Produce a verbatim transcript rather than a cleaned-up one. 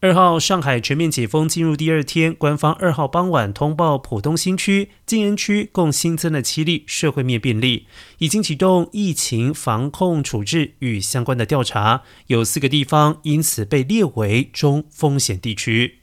二号上海全面解封进入第二天，官方二号傍晚通报浦东新区、静安区共新增了七例社会面病例，已经启动疫情防控处置与相关的调查，有四个地方因此被列为中风险地区。